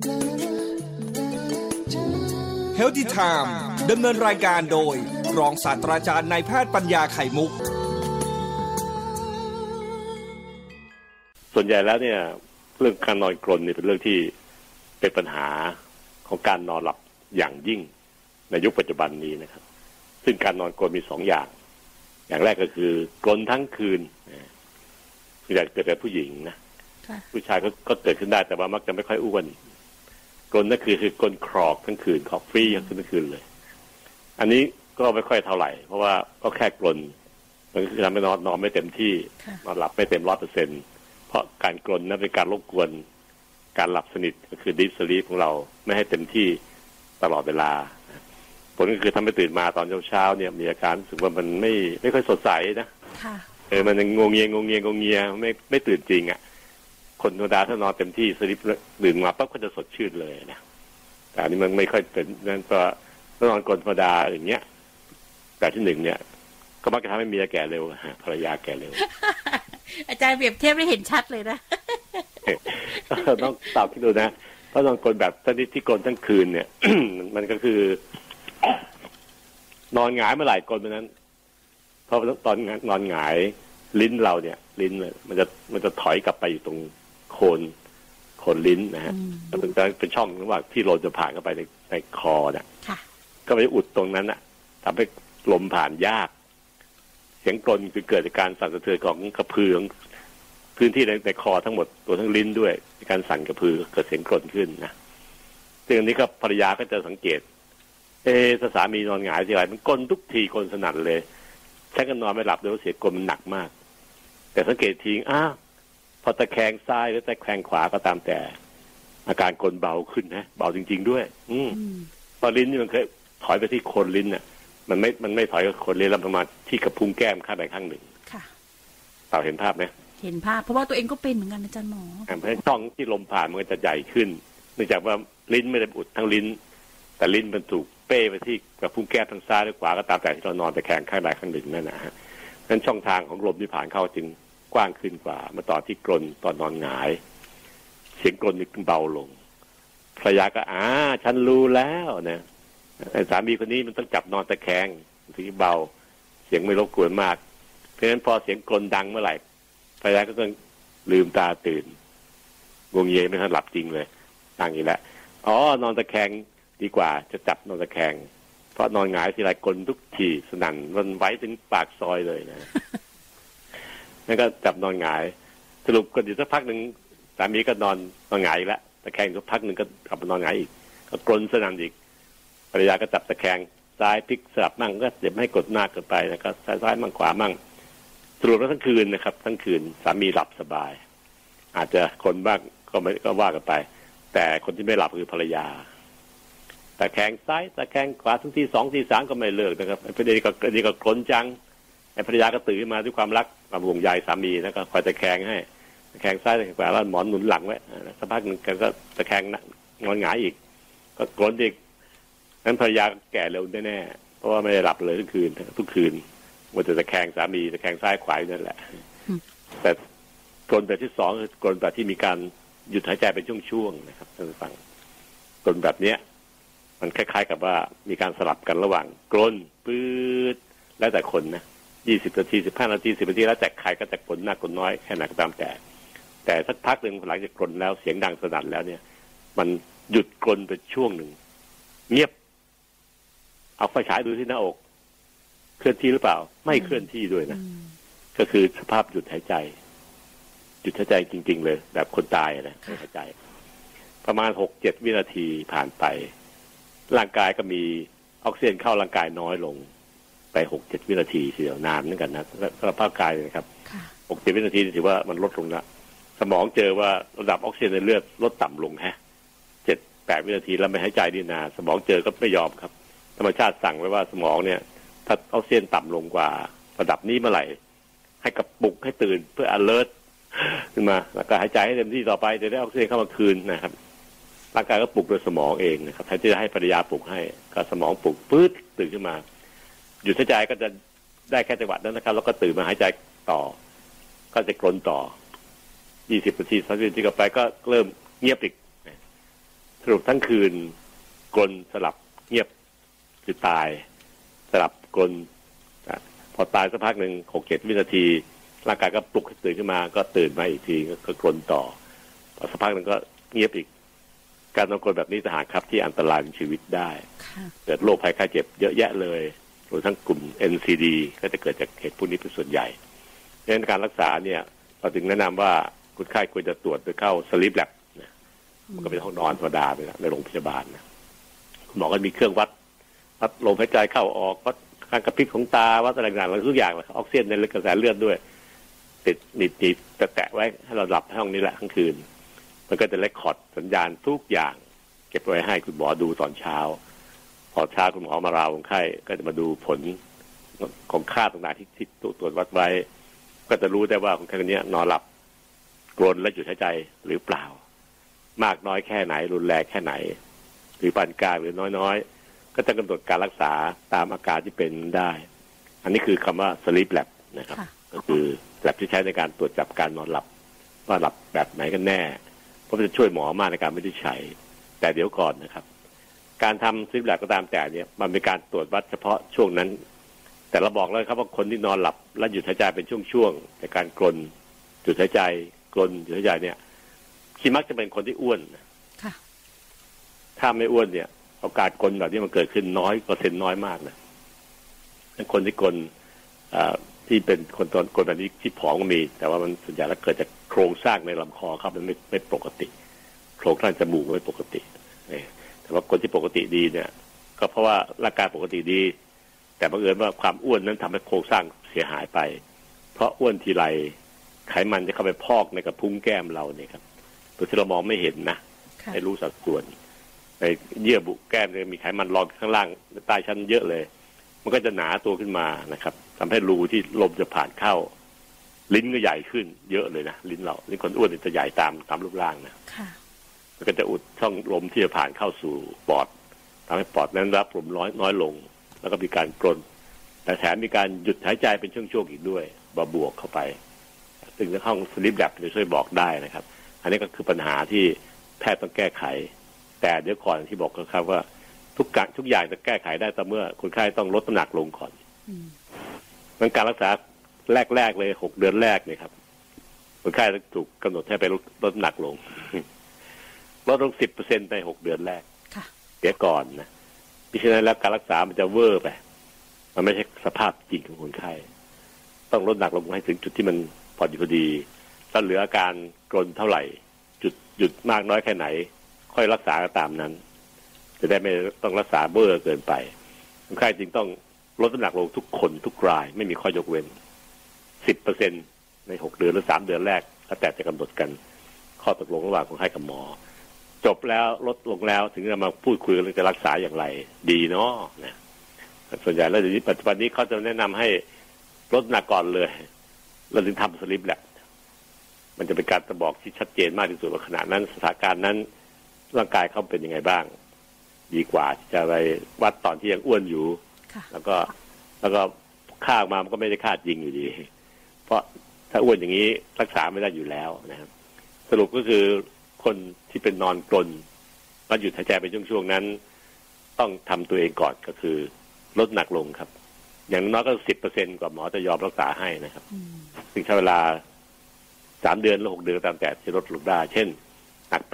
Healthy Time ดำเนินรายการโดยรองศาสตราจารย์นายแพทย์ปัญญาไข่มุกส่วนใหญ่แล้วเนี่ยเรื่องการนอนกรนนี่เป็นเรื่องที่เป็นปัญหาของการนอนหลับอย่างยิ่งในยุคปัจจุบันนี้นะครับซึ่งการนอนกรนมี2 อย่างแรกก็คือกรนทั้งคืนส่วนใหญ่เกิดกับผู้หญิงนะผู้ชายก็เกิดขึ้นได้แต่ว่ามักจะไม่ค่อยอ้วนกรนนั่นคือกรนครอกทั้งคืนครอกฟรีทั้งคืนเลยอันนี้ก็ไม่ค่อยเท่าไหร่เพราะว่าก็แค่กรนมันก็คือทำให้นอนไม่เต็มที่นอนหลับไม่เต็ม 100%เพราะการกรนนั้นเป็นการรบกวนการหลับสนิทก็คือ deep sleep ของเราไม่ให้เต็มที่ตลอดเวลาผลก็คือทำให้ตื่นมาตอนเช้าเนี่ยมีอาการรู้สึกว่ามันไม่ค่อยสดใสนะมันงงเงียไม่ตื่นจริงอ่ะคนธรรมดาถ้านอนเต็มที่สลิปตื่นมาปั๊บก็จะสดชื่นเลยนะแต่อันนี้มันไม่ค่อยเป็นนั่นก็นอนกรนธรรมดาอย่างเงี้ยแต่ที่1เนี่ยก็มักจะทำให้เมียแก่เร็วภรรยาแก่เร็วอาจารย์เปรียบเทียบได้เห็นชัดเลยนะต้องตอบคิดดูนะเพราะนอนกรนแบบที่กรนทั้งคืนเนี่ย มันก็คือนอนหงายเมื่อไหร่กรนเมื่อนั้นเพราะตอนนอนหงายลิ้นเราเนี่ยลิ้นมันจะถอยกลับไปอยู่ตรงโคนลิ้นนะฮะมันเป็นช่องระหว่างที่ลมจะผ่านเข้าไปในคอเนี่ยก็ไปอุดตรงนั้นน่ะทำให้ลมผ่านยากเสียงกรนคือเกิดจากการสั่นสะเทือนของกระพือของพื้นที่ในคอทั้งหมดตัวทั้งลิ้นด้วยการสั่นกระพือเกิดเสียงกรนขึ้นนะซึ่งอันนี้ก็ภรรยาก็จะสังเกตถ้าสามีนอนหงายทีไรมันกรนทุกทีกรนสนั่นเลยฉันก็นอนไม่หลับเลยเสียงกรนมันหนักมากแต่สังเกตทีพอตะแคงซ้ายหรือตะแคงขวาก็ตามแต่อาการกรนเบาขึ้นนะเบาจริงๆด้วยพอลิ้นนี่มันเคยถอยไปที่โคนลิ้นน่ะมันไม่ถอยกับโคนลิ้นแล้วประมาณที่กระพุ้งแก้มข้างใดข้างหนึ่งค่ะเราเห็นภาพไหมเห็นภาพเพราะว่าตัวเองก็เป็นเหมือนกันอาจารย์หมอเพราะช่องที่ลมผ่านมันจะใหญ่ขึ้นเนื่องจากว่าลิ้นไม่ได้อุดทั้งลิ้นแต่ลิ้นมันถูกเป้ไปที่กระพุ้งแก้มทางซ้ายหรือขวาก็ตามแต่ที่เรานอนตะแคงข้างใดข้างหนึ่งนั่นนะฮะนั้นช่องทางของลมที่ผ่านเข้าจึงกว้างขึ้นกว่าเมื่อตอนที่กรนตอนนอนหงายเสียงกรนจึงเบาลงภรรยาก็ฉันรู้แล้วนะสามีคนนี้มันต้องจับนอนตะแคงถึงเบาเสียงไม่รบกวนมากเพราะฉะนั้นพอเสียงกรนดังเมื่อไหร่ภรรยาก็ต้องลืมตาตื่นงงเงียไม่ทันหลับจริงเลยตั้งอีกแล้วนอนตะแคงดีกว่าจะจับนอนตะแคงเพราะนอนหงายทีไรกรนทุกทีสนั่นมันไว้ถึงปากซอยเลยนะนั่นก็จับนอนหงายสรุปกันอยู่สักพักหนึ่งสามีก็นอนหงายอีกแล้วตะแคงสักพักหนึ่งก็กลับมานอนหงายอีกก็กรนสนั่นอีกภรรยาก็จับตะแคงซ้ายพลิกสลับมั่งก็เดี๋ยวไม่ให้กดหน้าเกินไปนะครับซ้ายมั่งขวามั่งสรุปแล้วทั้งคืนนะครับทั้งคืนสามีหลับสบายอาจจะคนบ้างก็ว่ากันไปแต่คนที่ไม่หลับคือภรรยาตะแคงซ้ายตะแคงขวาทั้งที่2ที่3ก็ไม่เลิกนะครับไอ้ประเด็นก็กรนจังไอ้ภรรยาก็ตื่นมาด้วยความรักความห่วงใยสามีแล้วก็คอยตะแคงให้ตะแคงซ้ายตะแคงขวาแล้วหมอนหนุนหลังไว้สักพักนึงก็ตะแคงงอนหงายอีกก็กรนอีกนั้นภรรยาแก่เร็วแน่ๆเพราะว่าไม่ได้หลับเลยทุกคืนมันจะตะแคงสามีตะแคงซ้ายขวาอยู่นั่นแหละแต่กรนแบบที่2คือกรนแบบที่มีการหยุดหายใจเป็นช่วงๆนะครับท่านผู้ฟังกรนแบบเนี้ยมันคล้ายๆกับว่ามีการสลับกันระหว่างกรนปื๊ดแล้วแต่คนนะ20 นาที15 นาที10 นาทีแล้วแต่ใครก็จะกรนมากกรนน้อยแค่ไหนก็ตามแต่สักพักหนึ่งหลังจากกรนแล้วเสียงดังสนั่นแล้วเนี่ยมันหยุดกรนไปช่วงหนึ่งเงียบเอาไฟฉายดูที่หน้าอกเคลื่อนที่หรือเปล่าไม่เคลื่อนที่ด้วยนะก็คือสภาพหยุดหายใจจริงๆเลยแบบคนตายนะไม่หายใจประมาณ 6-7 วินาทีผ่านไปร่างกายก็มีออกซิเจนเข้าร่างกายน้อยลงไป 6-7 วินาทีทีเดียวนานเหมือนกันนะสภาพกายนะครับ 6-7 วินาทีถือว่ามันลดลงแล้วสมองเจอว่าระดับออกซิเจนในเลือดลดต่ำลง7-8 วินาทีแล้วไม่หายใจดีนานสมองเจอก็ไม่ยอมครับธรรมชาติสั่งไว้ว่าสมองเนี่ยถ้าออกซิเจนต่ำลงกว่าระดับนี้เมื่อไหร่ให้กระปลุกให้ตื่นเพื่อ alert ขึ้นมาแล้วก็หายใจให้เต็มที่ต่อไปจะได้ออกซิเจนเข้ามาคืนนะครับร่างกายก็ปลุกโดยสมองเองนะครับแทนที่จะให้ภรรยาปลุกให้ก็สมองปลุกปื๊ดตื่นขึ้นมาหยุดหายใจก็จะได้แค่จังหวะนั้นนะครับแล้วก็ตื่นมาหายใจต่อก็จะกรนต่อ20 นาที30 นาทีก็ไปก็เริ่มเงียบอีกสรุปทั้งคืนกลนสลับเงียบคือตายสลับกลนพอตายสักพักหนึ่ง6-7 วินาทีร่างกายก็ปลุกให้ตื่นขึ้นมาก็ตื่นมาอีกทีก็กลนต่อพอสักพักหนึ่งก็เงียบอีกการนอนกลนแบบนี้ทหารครับที่อันตรายในชีวิตได้เกิดโรคภัยไข้เจ็บเยอะแยะเลยรวมทั้งกลุ่ม NCD ก็จะเกิดจากเหตุพวกนี้เป็นส่วนใหญ่ดังนั้นการรักษาเนี่ยเราถึงแนะนำว่าคนไข้ควรจะตรวจโดยเข้า sleep lab นะมันก็เป็นห้องนอนธรรมดาในโรงพยาบาลนะคุณหมอก็มีเครื่องวัดลมหายใจเข้าออกวัดการกระพริบของตาวัดอะไรต่างๆทุกอย่างเลยออกซิเจนในกระแสเลือดด้วยติดนิดแตะไว้ให้เราหลับห้องนี้แหละทั้งคืนมันก็จะเรคคอร์ดสัญญาณทุกอย่างเก็บไว้ให้คุณหมอดูตอนเช้าพอเช้าคุณหมอมาราคนไข้ก็จะมาดูผลของค่าต่างๆที่ตรวจวัดไว้ก็จะรู้ได้ว่าคนไข้คนนี้นอนหลับกรนและหยุดหายใจหรือเปล่ามากน้อยแค่ไหนรุนแรงแค่ไหนหรือปานกลางหรือน้อยๆก็จะกำหนดการรักษาตามอาการที่เป็นได้อันนี้คือคำว่า sleep lab นะครับก็คือ lab ที่ใช้ในการตรวจจับการนอนหลับว่าหลับแบบไหนกันแน่เพราะมันจะช่วยหมอมากในการวินิจฉัยแต่เดี๋ยวก่อนนะครับการทำ sleep lab ก็ตามแต่เนี่ยมันเป็นการตรวจวัดเฉพาะช่วงนั้นแต่เราบอกแล้วครับว่าคนที่นอนหลับและหยุดหายใจเป็นช่วงๆจากการกรนหยุดหายใจกรนหยุดหายใจเนี่ยที่มักจะเป็นคนที่อ้วนถ้าไม่อ้วนเนี่ยโอกาสกลแบบนี้มันเกิดขึ้นน้อยเปอร์เซ็นต์น้อยมากนะคนที่กลที่เป็นคนตอนกลแบบนี้ที่ผอมก็มีแต่ว่ามันส่วนใหญ่แล้วเกิดจากโครงสร้างในลำคอครับมันไม่ปกติโครงสร้างจมูกไม่ปกติแต่ว่าคนที่ปกติดีเนี่ยก็เพราะว่าร่างกายปกติดีแต่บังเอิญว่าความอ้วนนั้นทำให้โครงสร้างเสียหายไปเพราะอ้วนทีไรไขมันจะเข้าไปพอกในกระพุ้งแก้มเราเนี่ยครับตัวที่เรามองไม่เห็นนะไม่รู้สัดส่วนในเยื่อบุแก้มเนี่ยมีไขมันรองข้างล่างใต้ชั้นเยอะเลยมันก็จะหนาตัวขึ้นมานะครับทำให้รูที่ลมจะผ่านเข้าลิ้นก็ใหญ่ขึ้นเยอะเลยนะลิ้นเราลิ้นคนอ้วนจะใหญ่ตามรูปร่างนะมันก็จะอุดช่องลมที่จะผ่านเข้าสู่ปอดทำให้ปอดนั้นรับลมน้อยลงแล้วก็มีการกรนแต่แถมมีการหยุดหายใจเป็นช่วงๆอีกด้วยบวกเข้าไปซึ่งในห้อง sleep lab จะช่วยบอกได้นะครับอันนี้ก็คือปัญหาที่แพทย์ต้องแก้ไขแต่เดี๋ยวก่อนที่บอกครับว่าทุกอย่างจะแก้ไขได้แต่เมื่อคนไข้ต้องลดน้ำหนักลงก่อนงั้นการรักษาแรกเลย6 เดือนแรกเนี่ยครับคนไข้ถูกกำหนดให้ไปลดน้ำหนักลงลดลง 10% ใน 6 เดือนแรกเดี๋ยวก่อนนะเพราะฉะนั้นแล้วการรักษามันจะเวอร์ไปมันไม่ใช่สภาพจริงของคนไข้ต้องลดน้ำหนักลงให้ถึงจุดที่มันพอดีถ้าเหลืออาการกรนเท่าไหร่หยุดมากน้อยแค่ไหนค่อยรักษาตามนั้นจะได้ไม่ต้องรักษาเบอร์เกินไปคนไข้จึงต้องลดน้ำหนักลงทุกคนทุกรายไม่มีข้อยกเว้น 10% ใน6 เดือนหรือ3 เดือนแรกแล้วแต่จะกำหนดกันข้อตกลงระหว่างคนไข้กับหมอจบแล้วลดลงแล้วถึงจะมาพูดคุยกันจะรักษาอย่างไรดีเนาะนะส่วนใหญ่แล้วเดี๋ยวนี้ปัจจุบันนี้เขาจะแนะนำให้ลดน้ำหนักก่อนเลยเราถึงทำสลิปแหละมันจะเป็นการจะบอกที่ชัดเจนมากที่สุดว่าขณะนั้นสถานการณ์นั้นร่างกายเขาเป็นยังไงบ้างดีกว่าจะไปวัดตอนที่ยังอ้วนอยู่แล้วก็ค่ามามันก็ไม่ได้ค่าจริงอยู่ดีเพราะถ้าอ้วนอย่างนี้รักษาไม่ได้อยู่แล้วนะครับสรุปก็คือคนที่เป็นนอนกรนแล้วหยุดหายใจเป็นช่วงๆนั้นต้องทำตัวเองก่อนก็คือลดหนักลงครับอย่างน้อยก็ 10% กว่าหมอจะยอมรักษาให้นะครับซึ่งใช้เวลา3 เดือนหรือ6 เดือนตามแต่ที่ลดลงได้เช่นหนัก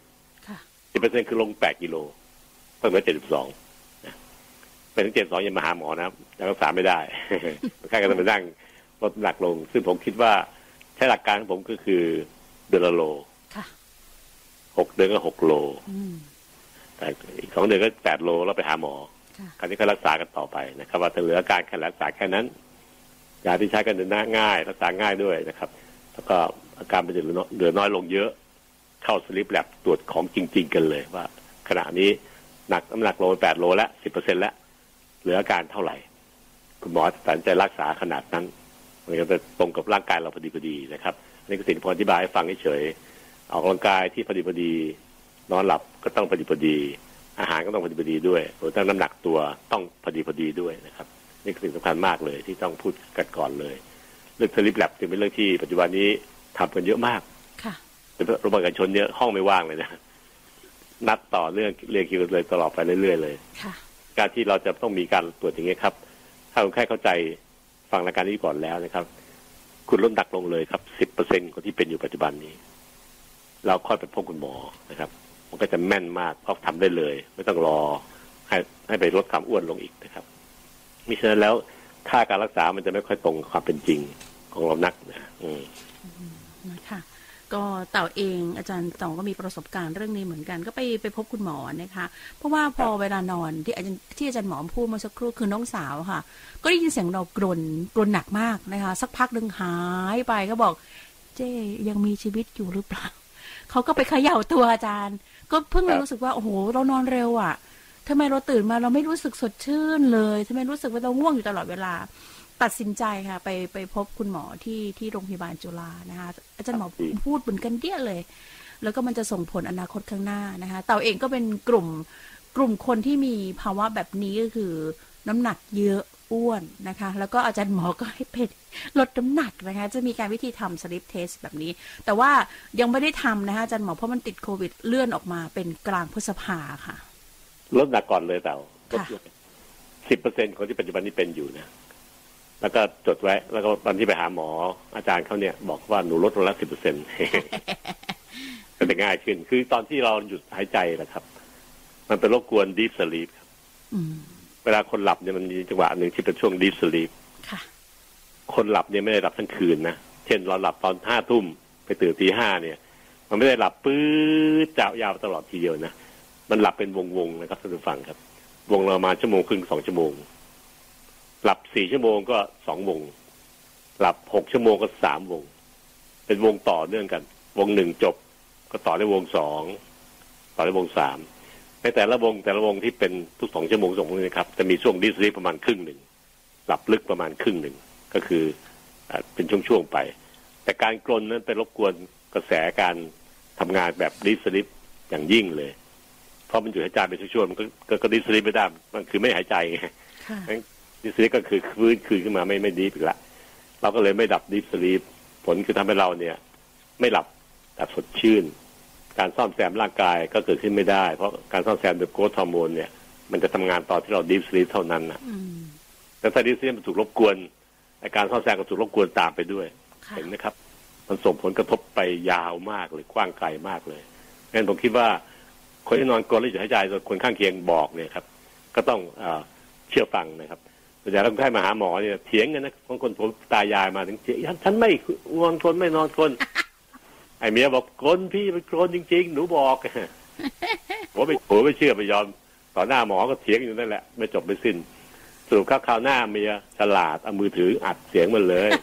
10% คือลง8 กิโลต้องเหลือ72นะเป็นถึง72ยังมาหาหมอนะยังรักษาไม่ได้แค่ก็ต้องไปนั่งลดหนักลงซึ่งผมคิดว่าใช้หลักการของผมก็คือเดือนละโล6 เดือนก็6 โลแต่อีก2 เดือนก็8 โลแล้วไปหาหมอคราวนี้ก็รักษากันต่อไปนะครับว่าจะเหลืออาการแค่รักษาแค่นั้นยาที่ใช้กันง่ายรักษาง่ายด้วยนะครับแล้วก็อาการมันจะเหลือน้อยลงเยอะเข้าสลิปแลบตรวจของจริงๆกันเลยว่าขณะนี้น้ำหนักลงไป8 โลแล้ว 10% แล้วเหลืออาการเท่าไหร่คุณหมอตัดสินใจรักษาขนาดนั้นมันก็จะตรงกับร่างกายเราพอดีนะครับนี่ก็สิ่งที่ผมอธิบายให้ฟังเฉยๆออกกำลังกายที่พอดีนอนหลับก็ต้องพอดีอาหารก็ต้องพอดีด้วยรวมทั้งน้ำหนักตัวต้องพอดีด้วยนะครับนี่คือสิ่งสำคัญมากเลยที่ต้องพูดกันก่อนเลยเรื่องสลิปแลบจึงเป็นเรื่องที่ปัจจุบันนี้ทำกันเยอะมากค่ะเป็นโรงพยาบาลเอกชนเนี่ยห้องไม่ว่างเลยนะนัดต่อเรื่องเรียงคิวเลยตลอดไปเรื่อยๆเลยการที่เราจะต้องมีการตรวจอย่างนี้ครับถ้าคนไข้เข้าใจฟังรายการนี้ก่อนแล้วนะครับคุณลดหนักลงเลยครับ 10% ของที่เป็นอยู่ปัจจุบันนี้เราค่อยไปพบคุณหมอนะครับมันก็จะแม่นมากเพราะทำได้เลยไม่ต้องรอให้ไปลดความอ้วนลงอีกนะครับมิฉะนั้นแล้วค่าการรักษามันจะไม่ค่อยตรงความเป็นจริงของเรานักนะคะก็เต่าเองอาจารย์เต่าก็มีประสบการณ์เรื่องนี้เหมือนกันก็ไปพบคุณหมอนะคะเพราะว่าพอเวลานอนที่อาจารย์หมอพูดเมื่อสักครู่คือน้องสาวค่ะก็ได้ยินเสียงเรากรนหนักมากนะคะสักพักนึงหายไปก็บอกเจ๊ยังมีชีวิตอยู่หรือเปล่าเขาก็ไปเขย่าตัวอาจารย์ก็เพิ่งรู้สึกว่าโอ้โหเรานอนเร็วอ่ะทำไมเราตื่นมาเราไม่รู้สึกสดชื่นเลยทำไมรู้สึกว่าเราง่วงอยู่ตลอดเวลาตัดสินใจค่ะไปพบคุณหมอที่โรงพยาบาลจุฬานะคะอาจารย์หมอพูดเหมือนกันเดี้ยเลยแล้วก็มันจะส่งผลอนาคตข้างหน้านะคะเต่าเองก็เป็นกลุ่มคนที่มีภาวะแบบนี้ก็คือน้ำหนักเยอะอ้วนนะคะแล้วก็อาจารย์หมอก็ให้เป็นลดน้ำหนักนะคะจะมีการวิธีทำสลิปเทสแบบนี้แต่ว่ายังไม่ได้ทำนะคะอาจารย์หมอเพราะมันติดโควิดเลื่อนออกมาเป็นกลางพฤษภาค่ะลดหนักก่อนเลยเต่าลด 10% ของที่ปัจจุบันนี้เป็นอยู่นะแล้วก็จดไว้แล้วก็ตอนที่ไปหาหมออาจารย์เขาเนี่ยบอกว่าหนูลดลงแล้ว 10% ก็จะง่ายขึ้นคือตอนที่เราหยุดหายใจนะครับมันเป็นรบกวน deep sleep ครับเวลาคนหลับเนี่ยมันมีจังหวะหนึ่งที่เป็นช่วง deep sleep คนหลับเนี่ยไม่ได้หลับทั้งคืนนะเช่นเราหลับตอน 5 ทุ่มไปตื่นตี 5เนี่ยมันไม่ได้หลับปื๊ดยาวตลอดทีเดียวนะมันหลับเป็นวงๆนะครับท่านผู้ฟังครับวงเรามาชั่วโมงครึ่ง2 ชั่วโมงหลับ4 ชั่วโมงก็2 วงหลับ6 ชั่วโมงก็3 วงเป็นวงต่อเนื่องกันวง1จบก็ต่อด้วยวง2ต่อด้วยวง3ในแต่ละวงที่เป็นทุก2 ชั่วโมงนะครับจะมีช่วงดิสลีปประมาณครึ่งหนึ่งหลับลึกประมาณครึ่งหนึ่งก็คือเป็นช่วงๆไปแต่การกรนนั้นเป็นรบกวนกระแสการทำงานแบบดิสลีปอย่างยิ่งเลยเพราะมันอยู่หายใจเป็นช่วงๆมันก็ดิสลีปไม่ได้มันคือไม่หายใจไงดิสลีปก็คือฟื้นคืนขึ้นมาไม่ดีอีกละเราก็เลยไม่ดับดิสลีปผลคือทำให้เราเนี่ยไม่หลับแบบสดชื่นการซ่อมแซมร่างกายก็เกิดขึ้นไม่ได้เพราะการซ่อมแซมโดยโกรทฮอร์โมนเนี่ยมันจะทำงานตอนที่เราดิสลีปเท่านั้นนะแต่ถ้าดิสลีปมันถูกรบกวนการซ่อมแซมก็ถูกรบกวนตามไปด้วยเห็นไหมครับมันส่งผลกระทบไปยาวมากเลยกว้างไกลมากเลยงั้นผมคิดว่าคนที่นอนกรนหรือหยุดหายใจโดยคนข้างเคียงบอกเนี่ยครับก็ต้องเชื่อฟังนะครับแต่ถ้าคนไข้มาหาหมอเนี่ยเถียงกันนะบางคนผมตายายมาถึงเถียงฉันไม่นอนกรนไม่นอนกรนไอ้เมียบอกกรนพี่มันกรนจริงๆหนูบอกผมไม่เชื่อไม่ยอมต่อหน้าหมอก็เถียงอยู่นั่นแหละไม่จบไม่สิ้นสรุปคราวหน้าเมียฉลาดเอามือถืออัดเสียงมันเลย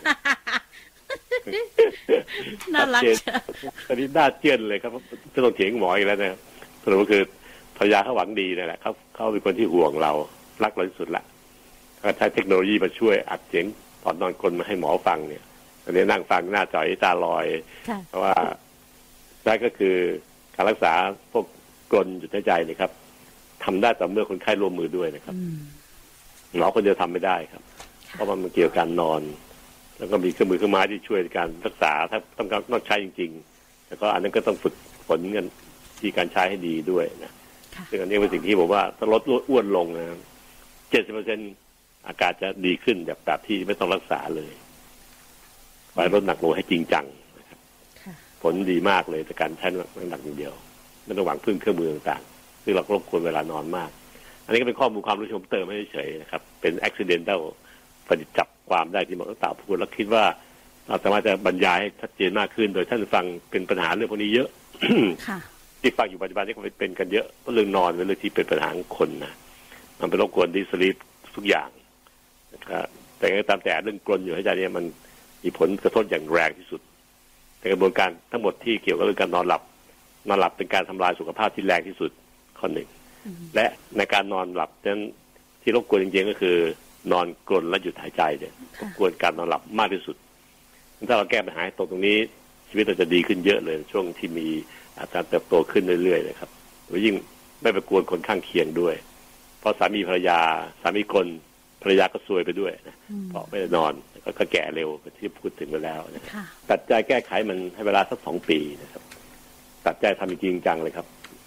น่ารักตอนนี้น่าเชื่อเลยครับจะต้องเถียงหมออีกแล้วนะสรุปก็คือภรรยาเขาหวังดีนั่นแหละเขาเป็นคนที่ห่วงเรารักเราที่สุดละก็ใช้เทคโนโลยีมาช่วยอัดเสียงตอนนอนกรนมาให้หมอฟังเนี่ยตอนนี้นั่งฟังหน้าจอยตาลอยเพราะว่านั่นก็คือการรักษาพวกกรนหยุดหายใจนี่ครับทำได้แต่เมื่อคนไข้ร่วมมือด้วยนะครับหมอคนเดียวทำไม่ได้ครับเพราะมันเกี่ยวกับการนอนแล้วก็มีเครื่องมือเครื่องไม้ที่ช่วยในการรักษาถ้าต้องใช้จริงๆแล้วก็อันนั้นก็ต้องฝึกฝนกันที่การใช้ให้ดีด้วยนะซึ่งอันนี้เป็นสิ่งที่ผมว่าถ้าลดอ้วนลงนะ 70% อาการจะดีขึ้นแบบที่ไม่ต้องรักษาเลยไปลดหนักลงให้จริงจังนะครับผลดีมากเลยจากการใช้น้ำหนักอย่างเดียวไม่ต้องหวังพึ่งเครื่องมือต่างๆซึ่งเรารบกวนเวลานอนมากอันนี้ก็เป็นข้อมูลความรู้ที่ผมเติมให้เฉยนะครับเป็น accidental ประดิษฐ์จับความได้ที่หมอต่างพูดแล้วคิดว่าเราสามารถจะบรรยายให้ชัดเจนมากขึ้นโดยท่านฟังเป็นปัญหาเรื่องพวกนี้เยอะที่ฟังอยู่ปัจจุบันนี้ก็เป็นกันเยอะเพราะเรื่องนอนเป็นเรื่องที่เป็นปัญหาของคนนะมันเป็นรบกวนดิสลีปทุกอย่างนะครับแต่ก็ตามแต่เรื่องกรนอยู่หายใจเนี่ยมันมีผลกระทบอย่างแรงที่สุดในกระบวนการทั้งหมดที่เกี่ยวกับเรื่องการนอนหลับเป็นการทำลายสุขภาพที่แรงที่สุดข้อหนึ่งและในการนอนหลับนั้นที่รบกวนจริงๆก็คือนอนกรนและหยุดหายใจเนี่ยรบกวนการนอนหลับมากที่สุดถ้าเราแก้ปัญหาตรงนี้ชีวิตเราจะดีขึ้นเยอะเลยช่วงที่มีอัตราเติบโตขึ้นเรื่อยๆนะครับโดยยิ่งไม่ไปกวนคนข้างเคียงด้วยเพราะสามีภรรยาสามีคนภรรยาก็ซวยไปด้วยนะเพราะไม่ได้นอนก็แก่เร็วที่พูดถึงไปแล้วนะตัดใจแก้ไขมันให้เวลาสัก2 ปีนะครับตัดใจทำจริงจังเลยครับ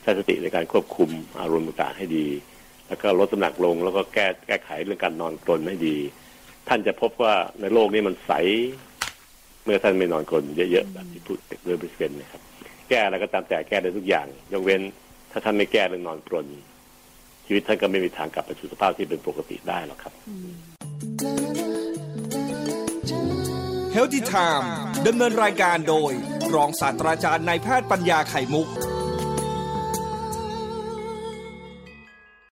ใช้สติในการควบคุมอารมณ์ต่างๆให้ดีแล้วก็ลดน้ำหนักลงแล้วก็แก้ไขเรื่องการนอนกรนให้ดีท่านจะพบว่าในโลกนี้มันใสเมื่อท่านไม่นอนกรนเยอะๆแบบที่พูดโดย100%นะครับแก้อะไรก็ตามแต่แก้ได้ทุกอย่างยกเว้นถ้าท่านไม่แก้เรื่องนอนกรนชีวิตท่านก็ไม่มีทางกลับไปสู่สภาพที่เป็นปกติได้หรอกครับ Healthy Time ดำเนินรายการโดยรองศาสตราจารย์นายแพทย์ปัญญาไข่มุก